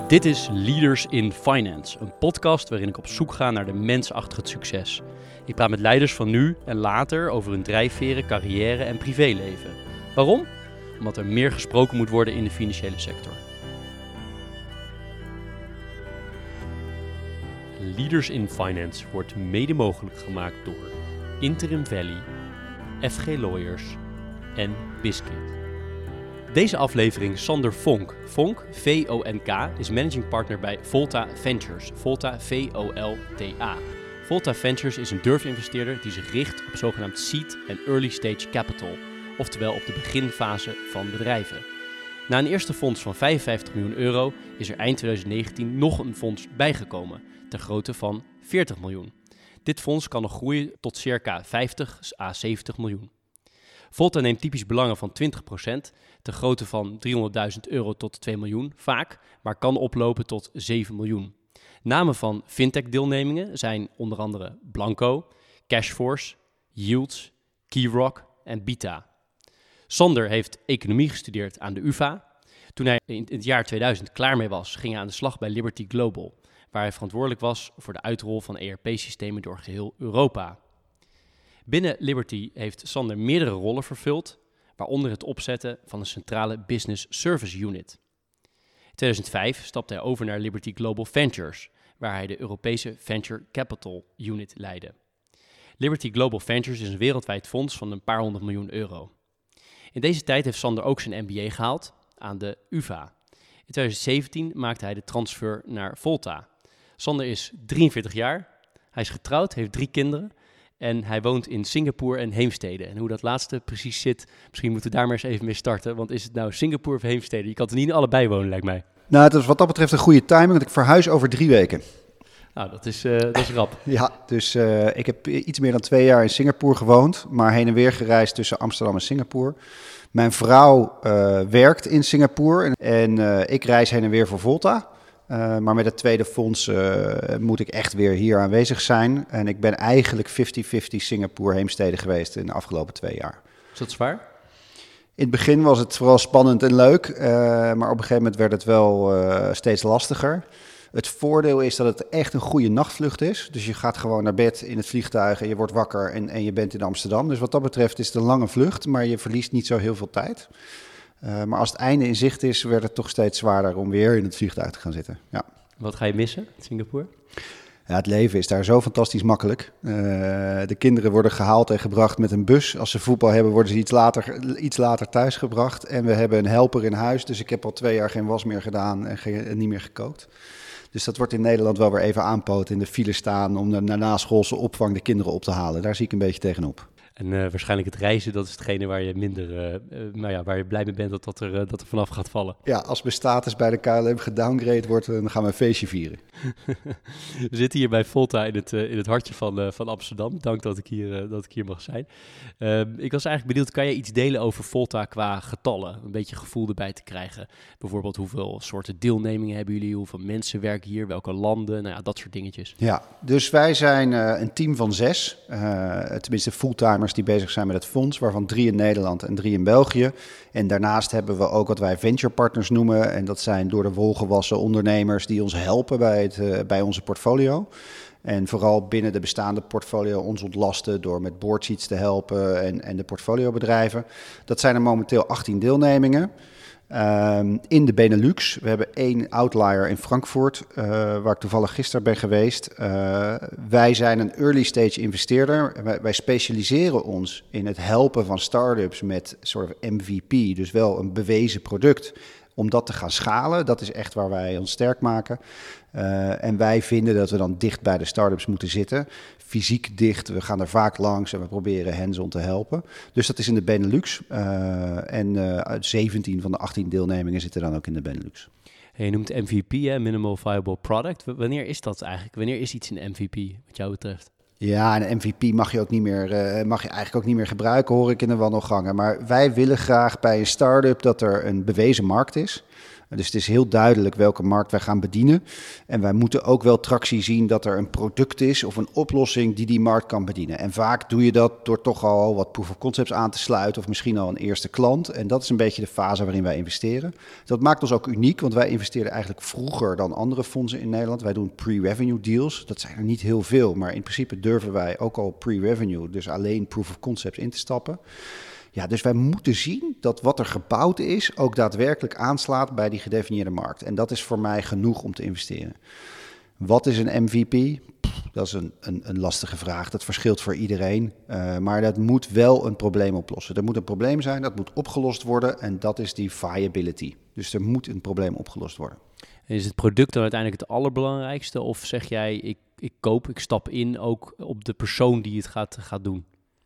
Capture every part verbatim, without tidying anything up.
Dit is Leaders in Finance, een podcast waarin ik op zoek ga naar de mens achter het succes. Ik praat met leiders van nu en later over hun drijfveren, carrière en privéleven. Waarom? Omdat er meer gesproken moet worden in de financiële sector. Leaders in Finance wordt mede mogelijk gemaakt door Interim Valley, F G Lawyers en Biscuit. Deze aflevering Sander Vonk. Vonk, V O N K, is managing partner bij Volta Ventures. Volta, V O L T A. Volta Ventures is een durfinvesteerder die zich richt op zogenaamd seed en early stage capital, oftewel op de beginfase van bedrijven. Na een eerste fonds van vijfenvijftig miljoen euro is er eind twintig negentien nog een fonds bijgekomen, ter grootte van veertig miljoen. Dit fonds kan nog groeien tot circa vijftig à zeventig miljoen. Volta neemt typisch belangen van twintig procent, ter grootte van driehonderdduizend euro tot twee miljoen, vaak, maar kan oplopen tot zeven miljoen. Namen van fintech-deelnemingen zijn onder andere Blanco, Cashforce, Yields, Keyrock en Bita. Sander heeft economie gestudeerd aan de U vA. Toen hij in het jaar tweeduizend klaar mee was, ging hij aan de slag bij Liberty Global, waar hij verantwoordelijk was voor de uitrol van E R P-systemen door geheel Europa. Binnen Liberty heeft Sander meerdere rollen vervuld, waaronder het opzetten van een centrale business service unit. In tweeduizend vijf stapte hij over naar Liberty Global Ventures, waar hij de Europese Venture Capital Unit leidde. Liberty Global Ventures is een wereldwijd fonds van een paar honderd miljoen euro. In deze tijd heeft Sander ook zijn M B A gehaald aan de U vA. In tweeduizend zeventien maakte hij de transfer naar Volta. Sander is drieënveertig jaar, hij is getrouwd, heeft drie kinderen en hij woont in Singapore en Heemstede. En hoe dat laatste precies zit, misschien moeten we daar maar eens even mee starten. Want is het nou Singapore of Heemstede? Je kan er niet in allebei wonen, lijkt mij. Nou, het is wat dat betreft een goede timing, want ik verhuis over drie weken. Nou, dat is, uh, dat is rap. Ja, dus uh, ik heb iets meer dan twee jaar in Singapore gewoond, maar heen en weer gereisd tussen Amsterdam en Singapore. Mijn vrouw uh, werkt in Singapore en uh, ik reis heen en weer voor Volta. Uh, maar met het tweede fonds uh, moet ik echt weer hier aanwezig zijn. En ik ben eigenlijk vijftig vijftig Singapore-Heemstede geweest in de afgelopen twee jaar. Is dat zwaar? In het begin was het vooral spannend en leuk, uh, maar op een gegeven moment werd het wel uh, steeds lastiger. Het voordeel is dat het echt een goede nachtvlucht is. Dus je gaat gewoon naar bed in het vliegtuig en je wordt wakker en, en je bent in Amsterdam. Dus wat dat betreft is het een lange vlucht, maar je verliest niet zo heel veel tijd. Uh, maar als het einde in zicht is, werd het toch steeds zwaarder om weer in het vliegtuig te gaan zitten. Ja. Wat ga je missen in Singapore? Ja, het leven is daar zo fantastisch makkelijk. Uh, de kinderen worden gehaald en gebracht met een bus. Als ze voetbal hebben, worden ze iets later, iets later thuisgebracht. En we hebben een helper in huis, dus ik heb al twee jaar geen was meer gedaan en, geen, en niet meer gekookt. Dus dat wordt in Nederland wel weer even aanpoten, in de file staan om de, na naschoolse opvang de kinderen op te halen. Daar zie ik een beetje tegenop. En uh, waarschijnlijk het reizen, dat is hetgene waar je minder, uh, uh, nou ja, waar je blij mee bent dat dat er, uh, dat er vanaf gaat vallen. Ja, als mijn status bij de K L M gedowngrade wordt, dan gaan we een feestje vieren. We zitten hier bij Volta in het, uh, in het hartje van, uh, van Amsterdam. Dank dat ik hier, uh, dat ik hier mag zijn. Uh, ik was eigenlijk benieuwd, kan jij iets delen over Volta qua getallen? Een beetje gevoel erbij te krijgen. Bijvoorbeeld hoeveel soorten deelnemingen hebben jullie? Hoeveel mensen werken hier? Welke landen? Nou ja, dat soort dingetjes. Ja, dus wij zijn uh, een team van zes. Uh, tenminste fulltimers die bezig zijn met het fonds, waarvan drie in Nederland en drie in België. En daarnaast hebben we ook wat wij venture partners noemen. En dat zijn door de wol gewassen ondernemers die ons helpen bij, het, uh, bij onze portfolio. En vooral binnen de bestaande portfolio ons ontlasten door met boardsheets te helpen en, en de portfoliobedrijven. Dat zijn er momenteel achttien deelnemingen. Um, in de Benelux. We hebben één outlier in Frankfurt, uh, waar ik toevallig gisteren ben geweest. Uh, wij zijn een early stage investeerder. Wij, wij specialiseren ons in het helpen van start-ups met een soort M V P, dus wel een bewezen product, om dat te gaan schalen. Dat is echt waar wij ons sterk maken. Uh, en wij vinden dat we dan dicht bij de start-ups moeten zitten. Fysiek dicht, we gaan er vaak langs en we proberen hands-on te helpen. Dus dat is in de Benelux. Uh, en uh, zeventien van de achttien deelnemingen zitten dan ook in de Benelux. Hey, je noemt M V P, hè? Minimal Viable Product. W- wanneer is dat eigenlijk? Wanneer is iets een M V P, wat jou betreft? Ja, een M V P mag je ook niet meer, uh, mag je eigenlijk ook niet meer gebruiken, hoor ik in de wandelgangen. Maar wij willen graag bij een start-up dat er een bewezen markt is. Dus het is heel duidelijk welke markt wij gaan bedienen. En wij moeten ook wel tractie zien dat er een product is of een oplossing die die markt kan bedienen. En vaak doe je dat door toch al wat proof of concepts aan te sluiten of misschien al een eerste klant. En dat is een beetje de fase waarin wij investeren. Dat maakt ons ook uniek, want wij investeren eigenlijk vroeger dan andere fondsen in Nederland. Wij doen pre-revenue deals. Dat zijn er niet heel veel, maar in principe durven wij ook al pre-revenue, dus alleen proof of concepts in te stappen. Ja, dus wij moeten zien dat wat er gebouwd is ook daadwerkelijk aanslaat bij die gedefinieerde markt. En dat is voor mij genoeg om te investeren. Wat is een M V P? Pff, dat is een, een, een lastige vraag. Dat verschilt voor iedereen. Uh, maar dat moet wel een probleem oplossen. Er moet een probleem zijn, dat moet opgelost worden. En dat is die viability. Dus er moet een probleem opgelost worden. Is het product dan uiteindelijk het allerbelangrijkste? Of zeg jij, ik, ik koop, ik stap in ook op de persoon die het gaat, gaat doen?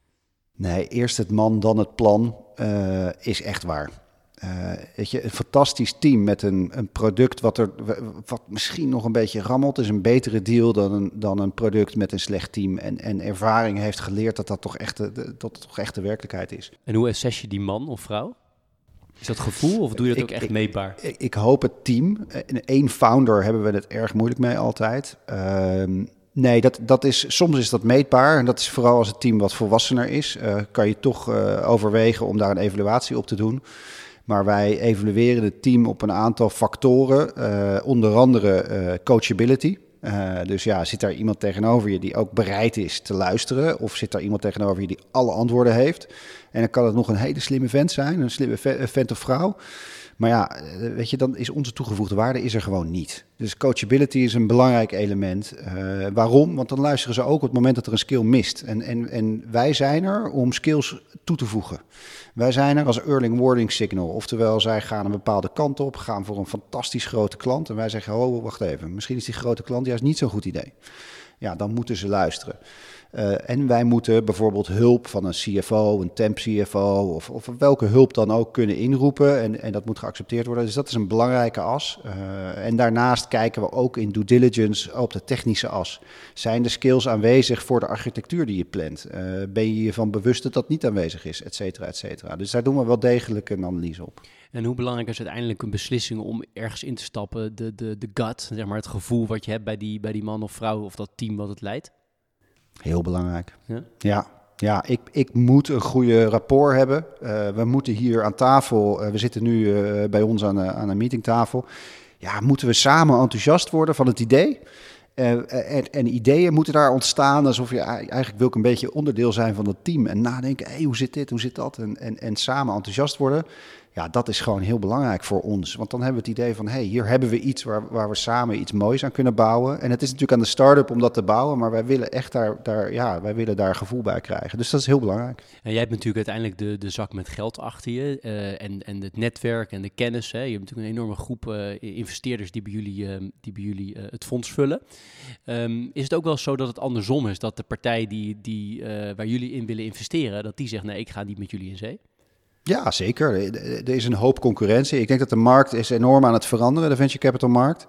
Nee, eerst het man, dan het plan, uh, is echt waar. Uh, weet je, een fantastisch team met een, een product wat, er, wat misschien nog een beetje rammelt, is een betere deal dan een, dan een product met een slecht team. En, en ervaring heeft geleerd dat dat toch echt de, de, dat toch echt de werkelijkheid is. En hoe assess je die man of vrouw? Is dat gevoel of doe je dat ik, ook echt ik, meetbaar? Ik, ik hoop het team. In één founder hebben we het erg moeilijk mee altijd. Uh, Nee, dat, dat is, soms is dat meetbaar. En dat is vooral als het team wat volwassener is. Uh, kan je toch uh, overwegen om daar een evaluatie op te doen. Maar wij evalueren het team op een aantal factoren. Uh, onder andere uh, coachability. Uh, dus ja, zit daar iemand tegenover je die ook bereid is te luisteren? Of zit daar iemand tegenover je die alle antwoorden heeft? En dan kan het nog een hele slimme vent zijn. Een slimme vent of vrouw. Maar ja, weet je, dan is onze toegevoegde waarde is er gewoon niet. Dus coachability is een belangrijk element. Uh, waarom? Want dan luisteren ze ook op het moment dat er een skill mist. En, en, en wij zijn er om skills toe te voegen. Wij zijn er als early warning signal. Oftewel, zij gaan een bepaalde kant op, gaan voor een fantastisch grote klant. En wij zeggen, oh, wacht even, misschien is die grote klant juist niet zo'n goed idee. Ja, dan moeten ze luisteren. Uh, en wij moeten bijvoorbeeld hulp van een C F O, een temp C F O of, of welke hulp dan ook kunnen inroepen. En, en dat moet geaccepteerd worden. Dus dat is een belangrijke as. Uh, en daarnaast kijken we ook in due diligence op de technische as. Zijn de skills aanwezig voor de architectuur die je plant? Uh, ben je je van bewust dat dat niet aanwezig is, et cetera, et cetera. Dus daar doen we wel degelijk een analyse op. En hoe belangrijk is uiteindelijk een beslissing om ergens in te stappen? De, de, de gut, zeg maar het gevoel wat je hebt bij die, bij die man of vrouw of dat team wat het leidt? Heel belangrijk. Ja, ja, ja ik, ik moet een goede rapport hebben. Uh, we moeten hier aan tafel, uh, we zitten nu uh, bij ons aan, uh, aan een meetingtafel. Ja, moeten we samen enthousiast worden van het idee? Uh, en, en ideeën moeten daar ontstaan alsof je eigenlijk wil ik een beetje onderdeel zijn van het team. En nadenken, hey, hoe zit dit, hoe zit dat? En, en, en samen enthousiast worden. Ja, dat is gewoon heel belangrijk voor ons. Want dan hebben we het idee van, hey, hier hebben we iets waar, waar we samen iets moois aan kunnen bouwen. En het is natuurlijk aan de start-up om dat te bouwen, maar wij willen echt daar, daar, ja, wij willen daar gevoel bij krijgen. Dus dat is heel belangrijk. En jij hebt natuurlijk uiteindelijk de, de zak met geld achter je uh, en, en het netwerk en de kennis. Hè. Je hebt natuurlijk een enorme groep uh, investeerders die bij jullie, uh, die bij jullie uh, het fonds vullen. Um, is het ook wel zo dat het andersom is, dat de partij die, die, uh, waar jullie in willen investeren, dat die zegt, nee, ik ga niet met jullie in zee? Ja, zeker. Er is een hoop concurrentie. Ik denk dat de markt is enorm aan het veranderen, de venture capital markt.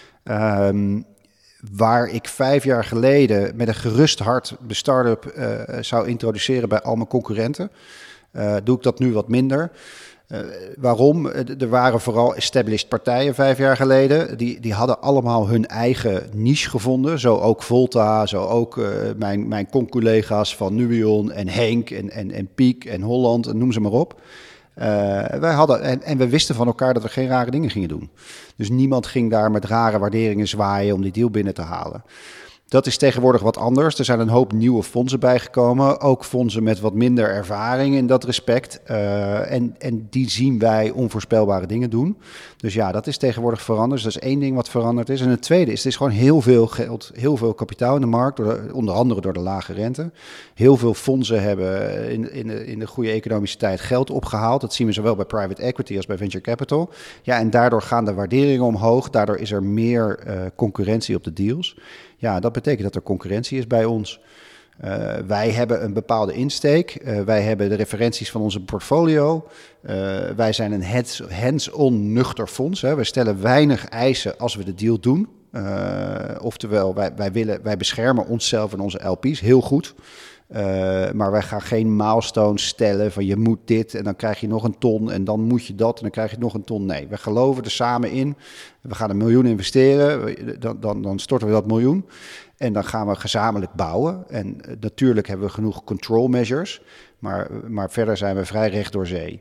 Um, waar ik vijf jaar geleden met een gerust hart de start-up uh, zou introduceren bij al mijn concurrenten, uh, doe ik dat nu wat minder. Uh, waarom? Er waren vooral established partijen vijf jaar geleden. Die, die hadden allemaal hun eigen niche gevonden. Zo ook Volta, zo ook uh, mijn, mijn conculega's van Nubion en Henk en, en, en Piek en Holland, en noem ze maar op. Uh, wij hadden, en, en we wisten van elkaar dat we geen rare dingen gingen doen. Dus niemand ging daar met rare waarderingen zwaaien om die deal binnen te halen. Dat is tegenwoordig wat anders. Er zijn een hoop nieuwe fondsen bijgekomen. Ook fondsen met wat minder ervaring in dat respect. Uh, en, en die zien wij onvoorspelbare dingen doen. Dus ja, dat is tegenwoordig veranderd. Dus dat is één ding wat veranderd is. En het tweede is, het is gewoon heel veel geld, heel veel kapitaal in de markt. Door de, onder andere door de lage rente. Heel veel fondsen hebben in, in, de, in de goede economische tijd geld opgehaald. Dat zien we zowel bij private equity als bij venture capital. Ja, en daardoor gaan de waarderingen omhoog. Daardoor is er meer uh, concurrentie op de deals. Ja, dat betekent dat er concurrentie is bij ons. Uh, wij hebben een bepaalde insteek. Uh, wij hebben de referenties van onze portfolio. Uh, wij zijn een hands-on nuchter fonds. Hè. We stellen weinig eisen als we de deal doen. Uh, oftewel, wij, wij, willen, wij beschermen onszelf en onze L P's heel goed. Uh, maar wij gaan geen milestones stellen van je moet dit en dan krijg je nog een ton en dan moet je dat en dan krijg je nog een ton. Nee, we geloven er samen in. We gaan een miljoen investeren, dan, dan, dan storten we dat miljoen en dan gaan we gezamenlijk bouwen. En uh, natuurlijk hebben we genoeg control measures, maar, maar verder zijn we vrij recht door zee.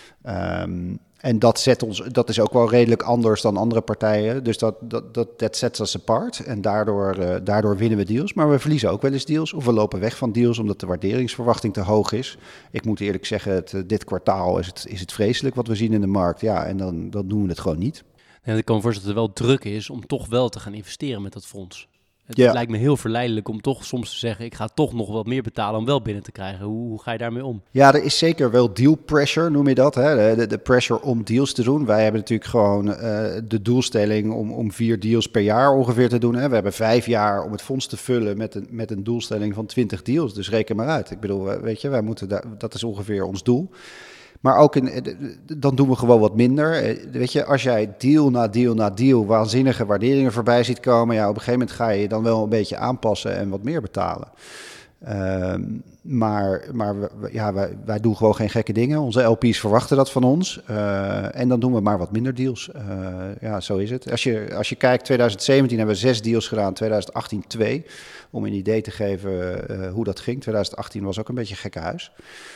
Um, En dat zet ons, dat is ook wel redelijk anders dan andere partijen. Dus dat, dat, dat, dat sets us apart. En daardoor, uh, daardoor winnen we deals. Maar we verliezen ook wel eens deals. Of we lopen weg van deals omdat de waarderingsverwachting te hoog is. Ik moet eerlijk zeggen, het, dit kwartaal is het, is het vreselijk wat we zien in de markt. Ja, en dan, dan doen we het gewoon niet. En ik kan me voorstellen dat het wel druk is om toch wel te gaan investeren met dat fonds. Het ja. lijkt me heel verleidelijk om toch soms te zeggen, ik ga toch nog wat meer betalen om wel binnen te krijgen. Hoe, hoe ga je daarmee om? Ja, er is zeker wel deal pressure, noem je dat. Hè? De, de pressure om deals te doen. Wij hebben natuurlijk gewoon uh, de doelstelling om, om vier deals per jaar ongeveer te doen. Hè? We hebben vijf jaar om het fonds te vullen met een, met een doelstelling van twintig deals. Dus reken maar uit. Ik bedoel, weet je, wij moeten daar, dat is ongeveer ons doel. Maar ook in, dan doen we gewoon wat minder. Weet je, als jij deal na deal na deal waanzinnige waarderingen voorbij ziet komen, ja, op een gegeven moment ga je je dan wel een beetje aanpassen en wat meer betalen. Um, maar maar we, ja, wij, wij doen gewoon geen gekke dingen. Onze L P's verwachten dat van ons. Uh, en dan doen we maar wat minder deals. Uh, ja, zo is het. Als je, als je kijkt, twintig zeventien hebben we zes deals gedaan, twintig achttien twee. Om een idee te geven uh, hoe dat ging. twintig achttien was ook een beetje een gekke huis.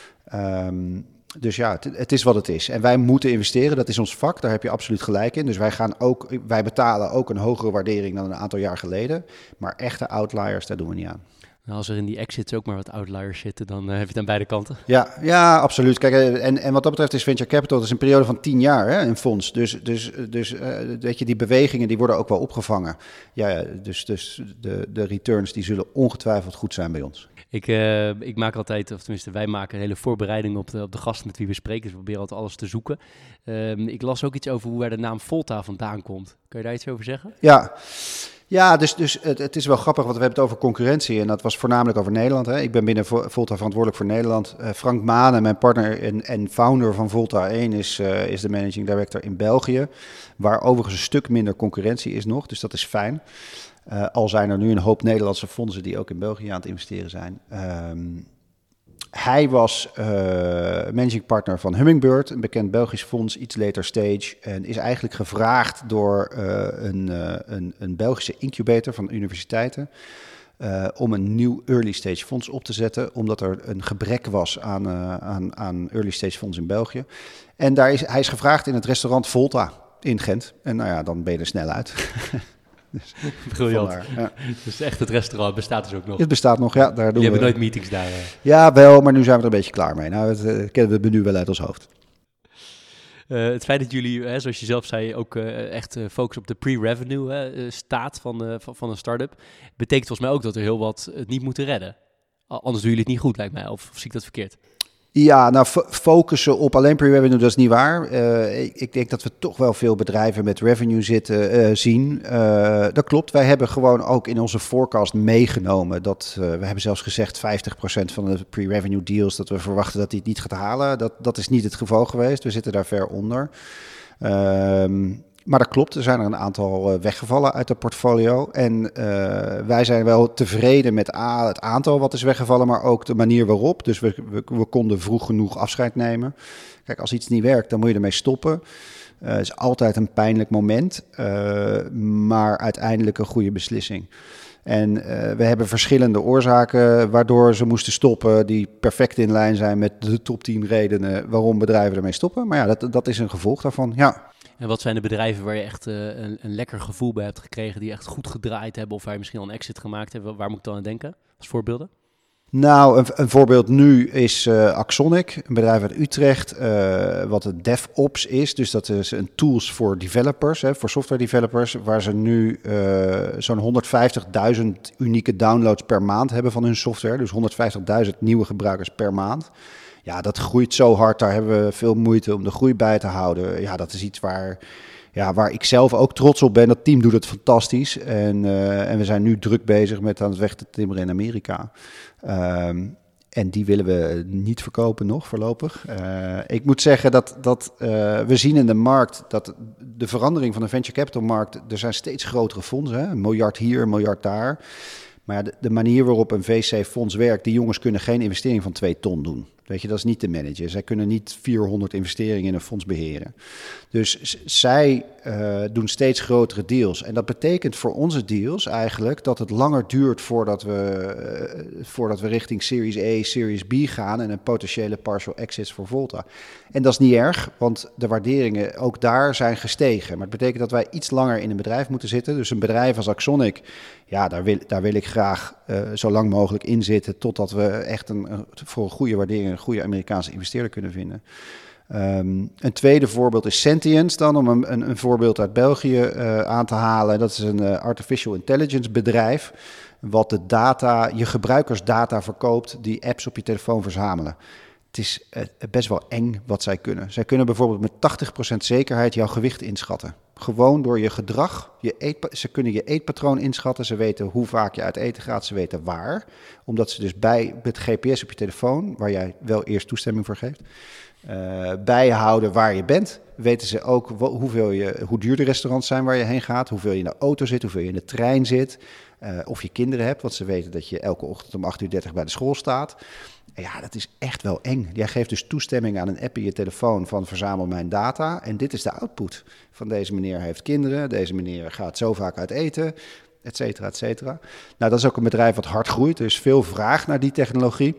Um, Dus ja, het, het is wat het is. En wij moeten investeren, dat is ons vak, daar heb je absoluut gelijk in. Dus wij, gaan ook, wij betalen ook een hogere waardering dan een aantal jaar geleden. Maar echte outliers, daar doen we niet aan. Nou, als er in die exits ook maar wat outliers zitten, dan uh, heb je het aan beide kanten. Ja, ja, absoluut. Kijk, en, en wat dat betreft is venture capital, dat is een periode van tien jaar, hè, een fonds. Dus, dus, dus uh, weet je, die bewegingen die worden ook wel opgevangen. Ja, dus, dus de, de returns die zullen ongetwijfeld goed zijn bij ons. Ik, uh, ik maak altijd, of tenminste wij maken een hele voorbereiding op de, op de gasten met wie we spreken. Dus we proberen altijd alles te zoeken. Uh, ik las ook iets over hoe waar de naam Volta vandaan komt. Kun je daar iets over zeggen? Ja, ja dus, dus het, het is wel grappig, want we hebben het over concurrentie. En dat was voornamelijk over Nederland. Hè. Ik ben binnen Volta verantwoordelijk voor Nederland. Uh, Frank Mane, mijn partner en, en founder van Volta één, is, uh, is de managing director in België. Waar overigens een stuk minder concurrentie is nog, dus dat is fijn. Uh, al zijn er nu een hoop Nederlandse fondsen die ook in België aan het investeren zijn. Um, hij was uh, managing partner van Hummingbird, een bekend Belgisch fonds, iets later stage. En is eigenlijk gevraagd door uh, een, uh, een, een Belgische incubator van universiteiten uh, om een nieuw early stage fonds op te zetten. Omdat er een gebrek was aan, uh, aan, aan early stage fonds in België. En daar is, hij is gevraagd in het restaurant Volta in Gent. En nou ja, dan ben je er snel uit. Dus, Briljant. Ja. Dus echt het restaurant bestaat dus ook nog. Het bestaat nog, ja. Daar doen Je we... hebt nooit meetings daar. Hè? Ja, wel, maar nu zijn we er een beetje klaar mee. Nou, het uh, kennen we het menu wel uit ons hoofd. Uh, het feit dat jullie, hè, zoals je zelf zei, ook uh, echt uh, focussen op de pre-revenue hè, uh, staat van, uh, van, van een start-up, betekent volgens mij ook dat er heel wat het niet moeten redden. Anders doen jullie het niet goed, lijkt mij. Of, of zie ik dat verkeerd? Ja, nou, f- focussen op alleen pre-revenue, dat is niet waar. Uh, ik, ik denk dat we toch wel veel bedrijven met revenue zitten uh, zien. Uh, dat klopt, wij hebben gewoon ook in onze forecast meegenomen dat, uh, we hebben zelfs gezegd vijftig procent van de pre-revenue deals, dat we verwachten dat die het niet gaat halen. Dat, dat is niet het geval geweest, we zitten daar ver onder. Um, Maar dat klopt, er zijn er een aantal weggevallen uit het portfolio. En uh, wij zijn wel tevreden met A, het aantal wat is weggevallen, maar ook de manier waarop. Dus we, we, we konden vroeg genoeg afscheid nemen. Kijk, als iets niet werkt, dan moet je ermee stoppen. Het uh, is altijd een pijnlijk moment, uh, maar uiteindelijk een goede beslissing. En uh, we hebben verschillende oorzaken waardoor ze moesten stoppen, die perfect in lijn zijn met de top tien redenen waarom bedrijven ermee stoppen. Maar ja, dat, dat is een gevolg daarvan, ja. En wat zijn de bedrijven waar je echt uh, een, een lekker gevoel bij hebt gekregen, die echt goed gedraaid hebben of waar je misschien al een exit gemaakt hebt? Waar moet ik dan aan denken als voorbeelden? Nou, een, een voorbeeld nu is uh, Axonic, een bedrijf uit Utrecht, uh, wat een DevOps is. Dus dat is een tools voor developers, hè, voor software developers, waar ze nu uh, zo'n honderdvijftigduizend unieke downloads per maand hebben van hun software. Dus honderdvijftigduizend nieuwe gebruikers per maand. Ja, dat groeit zo hard, daar hebben we veel moeite om de groei bij te houden. Ja, dat is iets waar, ja, waar ik zelf ook trots op ben. Dat team doet het fantastisch. En, uh, en we zijn nu druk bezig met aan het weg te timmeren in Amerika. Um, en die willen we niet verkopen nog voorlopig. Uh, ik moet zeggen dat, dat uh, we zien in de markt dat de verandering van de venture capital markt, er zijn steeds grotere fondsen. Hè? Een miljard hier, een miljard daar. Maar ja, de, de manier waarop een V C-fonds werkt, die jongens kunnen geen investering van twee ton doen. Weet je, dat is niet te managen. Zij kunnen niet vierhonderd investeringen in een fonds beheren. Dus z- zij uh, doen steeds grotere deals. En dat betekent voor onze deals eigenlijk dat het langer duurt voordat we, uh, voordat we richting Series A, Series B gaan en een potentiële partial exits voor Volta. En dat is niet erg, want de waarderingen ook daar zijn gestegen. Maar het betekent dat wij iets langer in een bedrijf moeten zitten. Dus een bedrijf als Axonic, ja, daar wil, daar wil ik graag uh, zo lang mogelijk in zitten totdat we echt een, een, voor een goede waardering een goede Amerikaanse investeerder kunnen vinden. Um, een tweede voorbeeld is Sentience dan, om een, een, een voorbeeld uit België uh, aan te halen. Dat is een uh, artificial intelligence bedrijf wat de data, je gebruikersdata verkoopt die apps op je telefoon verzamelen. Het is uh, best wel eng wat zij kunnen. Zij kunnen bijvoorbeeld met tachtig procent zekerheid jouw gewicht inschatten. Gewoon door je gedrag. Je eet, ze kunnen je eetpatroon inschatten. Ze weten hoe vaak je uit eten gaat. Ze weten waar. Omdat ze dus bij het G P S op je telefoon, waar jij wel eerst toestemming voor geeft, uh, bijhouden waar je bent. Weten ze ook wo- hoeveel je, hoe duur de restaurants zijn waar je heen gaat. Hoeveel je in de auto zit. Hoeveel je in de trein zit. Uh, of je kinderen hebt. Want ze weten dat je elke ochtend om acht uur dertig bij de school staat. Ja, dat is echt wel eng. Jij geeft dus toestemming aan een app in je telefoon van verzamel mijn data. En dit is de output. Van deze meneer heeft kinderen, deze meneer gaat zo vaak uit eten, et cetera, et cetera. Nou, dat is ook een bedrijf wat hard groeit. Er is veel vraag naar die technologie.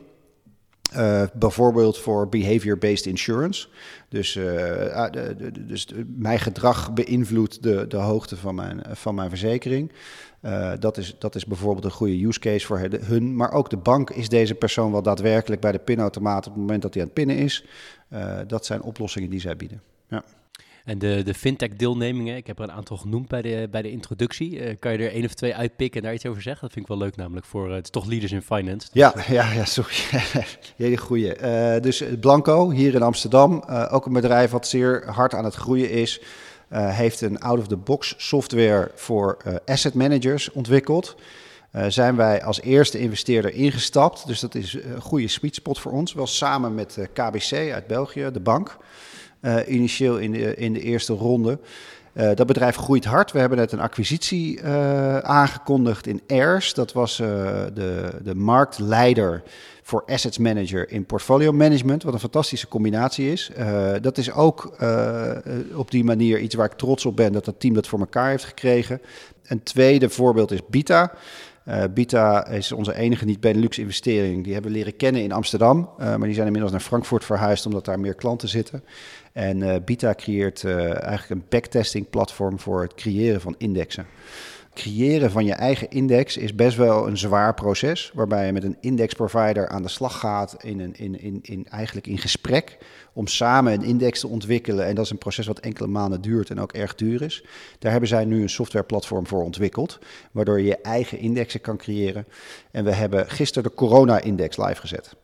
Uh, bijvoorbeeld voor behavior-based insurance. Dus, uh, de, de, de, dus de, mijn gedrag beïnvloedt de, de hoogte van mijn, van mijn verzekering. Uh, dat, is, dat is bijvoorbeeld een goede use case voor hun. Maar ook de bank, is deze persoon wel daadwerkelijk bij de pinautomaat op het moment dat hij aan het pinnen is? Uh, dat zijn oplossingen die zij bieden. Ja. En de, de fintech-deelnemingen, ik heb er een aantal genoemd bij de, bij de introductie. Uh, kan je er één of twee uitpikken en daar iets over zeggen? Dat vind ik wel leuk namelijk voor, uh, het is toch Leaders in Finance. Dus ja, ja, ja, sorry. Hele goeie. Uh, dus Blanco, hier in Amsterdam, uh, ook een bedrijf wat zeer hard aan het groeien is. Uh, heeft een out-of-the-box software voor uh, asset managers ontwikkeld. Uh, zijn wij als eerste investeerder ingestapt. Dus dat is een goede sweet spot voor ons. Wel samen met uh, K B C uit België, de bank. Uh, initieel in de, in de eerste ronde. Uh, dat bedrijf groeit hard. We hebben net een acquisitie uh, aangekondigd in Airs. Dat was uh, de, de marktleider voor assets manager in portfolio management. Wat een fantastische combinatie is. Uh, dat is ook uh, op die manier iets waar ik trots op ben dat het team dat voor elkaar heeft gekregen. Een tweede voorbeeld is Bita. Uh, Bita is onze enige niet-Benelux investering. Die hebben we leren kennen in Amsterdam. Uh, maar die zijn inmiddels naar Frankfurt verhuisd omdat daar meer klanten zitten. En uh, Bita creëert uh, eigenlijk een backtesting platform voor het creëren van indexen. Creëren van je eigen index is best wel een zwaar proces, waarbij je met een indexprovider aan de slag gaat in, een, in, in, in, eigenlijk in gesprek om samen een index te ontwikkelen. En dat is een proces wat enkele maanden duurt en ook erg duur is. Daar hebben zij nu een softwareplatform voor ontwikkeld, waardoor je je eigen indexen kan creëren. En we hebben gisteren de corona-index live gezet.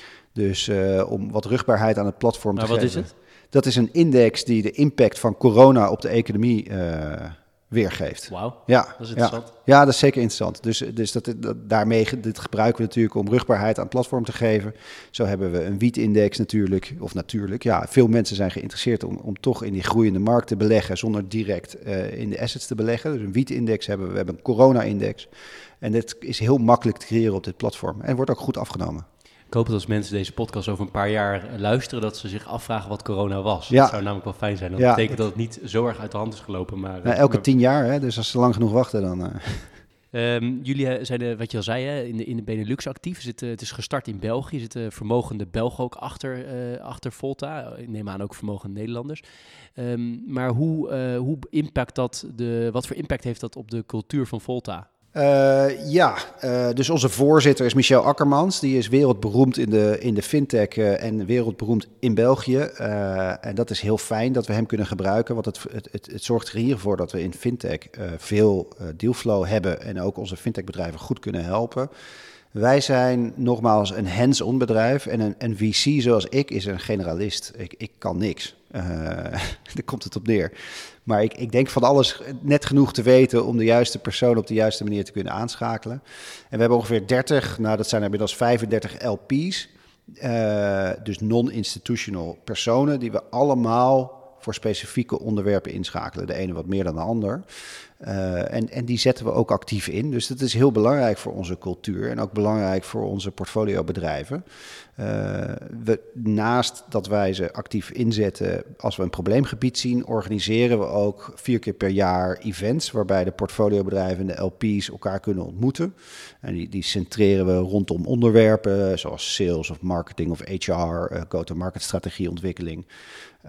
Dus uh, om wat rugbaarheid aan het platform maar te wat geven. Is het? Dat is een index die de impact van corona op de economie uh, weergeeft. Wauw, ja, dat is interessant. Ja, ja, dat is zeker interessant. Dus, dus dat, dat, daarmee dit gebruiken we natuurlijk om rugbaarheid aan het platform te geven. Zo hebben we een wietindex natuurlijk. Of natuurlijk, ja, veel mensen zijn geïnteresseerd om, om toch in die groeiende markt te beleggen zonder direct uh, in de assets te beleggen. Dus een wietindex hebben we, we hebben een corona-index. En dit is heel makkelijk te creëren op dit platform. En wordt ook goed afgenomen. Ik hoop dat als mensen deze podcast over een paar jaar luisteren, dat ze zich afvragen wat corona was. Ja. Dat zou namelijk wel fijn zijn. Dat ja. betekent dat het niet zo erg uit de hand is gelopen. Maar, nou, elke maar... tien jaar, hè? Dus als ze lang genoeg wachten, dan... Uh... Um, jullie zijn, uh, wat je al zei, hè, in, de, in de Benelux actief. Zit, uh, het is gestart in België. Er zitten vermogende Belgen ook achter, uh, achter Volta. Ik neem aan ook vermogende Nederlanders. Um, maar hoe, uh, hoe impact dat de, wat voor impact heeft dat op de cultuur van Volta? Uh, ja, uh, dus onze voorzitter is Michel Akkermans. Die is wereldberoemd in de, in de fintech uh, en wereldberoemd in België. Uh, en dat is heel fijn dat we hem kunnen gebruiken. Want het, het, het, het zorgt er hier voor dat we in fintech uh, veel uh, dealflow hebben. En ook onze fintechbedrijven goed kunnen helpen. Wij zijn nogmaals een hands-on bedrijf. En een, een V C zoals ik is een generalist. Ik, ik kan niks. Uh, daar komt het op neer. Maar ik, ik denk van alles net genoeg te weten om de juiste persoon op de juiste manier te kunnen aanschakelen. En we hebben ongeveer dertig, nou dat zijn er inmiddels vijfendertig L P's. Uh, dus non-institutional personen die we allemaal voor specifieke onderwerpen inschakelen. De ene wat meer dan de ander. Uh, en, en die zetten we ook actief in. Dus dat is heel belangrijk voor onze cultuur en ook belangrijk voor onze portfoliobedrijven. Uh, we, naast dat wij ze actief inzetten als we een probleemgebied zien, organiseren we ook vier keer per jaar events waarbij de portfoliobedrijven en de L P's elkaar kunnen ontmoeten. En die, die centreren we rondom onderwerpen zoals sales of marketing of H R, uh, go-to-market strategieontwikkeling, uh,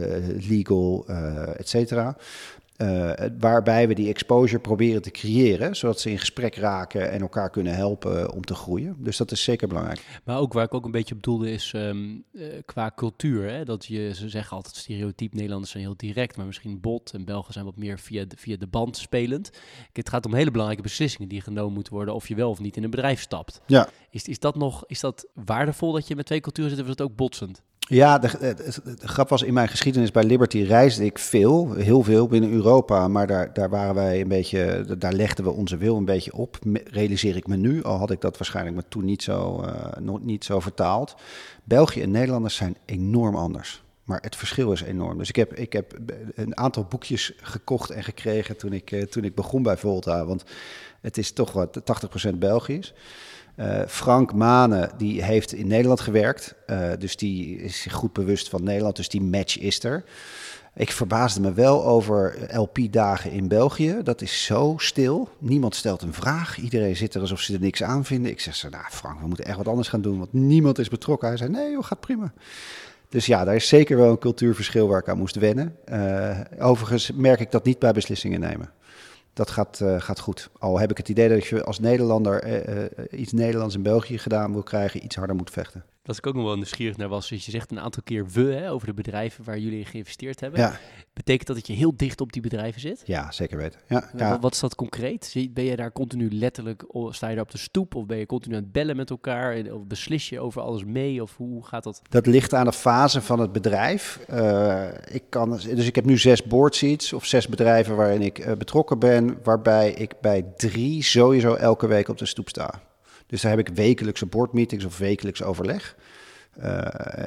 legal, uh, et cetera. Uh, waarbij we die exposure proberen te creëren, zodat ze in gesprek raken en elkaar kunnen helpen om te groeien. Dus dat is zeker belangrijk. Maar ook waar ik ook een beetje op bedoelde is um, uh, qua cultuur. Hè? Dat je, ze zeggen altijd stereotyp, Nederlanders zijn heel direct, maar misschien bot. En Belgen zijn wat meer via de, via de band spelend. Het gaat om hele belangrijke beslissingen die genomen moeten worden of je wel of niet in een bedrijf stapt. Ja. Is, is dat nog is dat waardevol dat je met twee culturen zit of is dat ook botsend? Ja, de, de, de grap was in mijn geschiedenis bij Liberty reisde ik veel, heel veel binnen Europa. Maar daar, daar waren wij een beetje, daar legden we onze wil een beetje op. Realiseer ik me nu, al had ik dat waarschijnlijk maar toen niet zo, uh, nog niet zo vertaald. België en Nederlanders zijn enorm anders. Maar het verschil is enorm. Dus ik heb, ik heb een aantal boekjes gekocht en gekregen toen ik, uh, toen ik begon bij Volta. Want het is toch wat tachtig procent Belgisch. Uh, Frank Mane, die heeft in Nederland gewerkt. Uh, dus die is zich goed bewust van Nederland. Dus die match is er. Ik verbaasde me wel over L P-dagen in België. Dat is zo stil. Niemand stelt een vraag. Iedereen zit er alsof ze er niks aan vinden. Ik zeg zo, nou Frank, we moeten echt wat anders gaan doen. Want niemand is betrokken. Hij zei, nee joh, gaat prima. Dus ja, daar is zeker wel een cultuurverschil waar ik aan moest wennen. Uh, overigens merk ik dat niet bij beslissingen nemen. Dat gaat, uh, gaat goed. Al heb ik het idee dat je als Nederlander uh, uh, iets Nederlands in België gedaan wil krijgen, iets harder moet vechten. Wat ik ook nog wel nieuwsgierig naar was, is je zegt een aantal keer we hè, over de bedrijven waar jullie in geïnvesteerd hebben. Ja. Betekent dat dat je heel dicht op die bedrijven zit? Ja, zeker weten. Ja, ja. Ja. Wat is dat concreet? Ben je daar continu letterlijk, sta je daar op de stoep of ben je continu aan het bellen met elkaar? Of beslis je over alles mee of hoe gaat dat? Dat ligt aan de fase van het bedrijf. Uh, ik kan, dus ik heb nu zes board seats of zes bedrijven waarin ik uh, betrokken ben, waarbij ik bij drie sowieso elke week op de stoep sta. Dus daar heb ik wekelijkse boardmeetings of wekelijks overleg. Uh,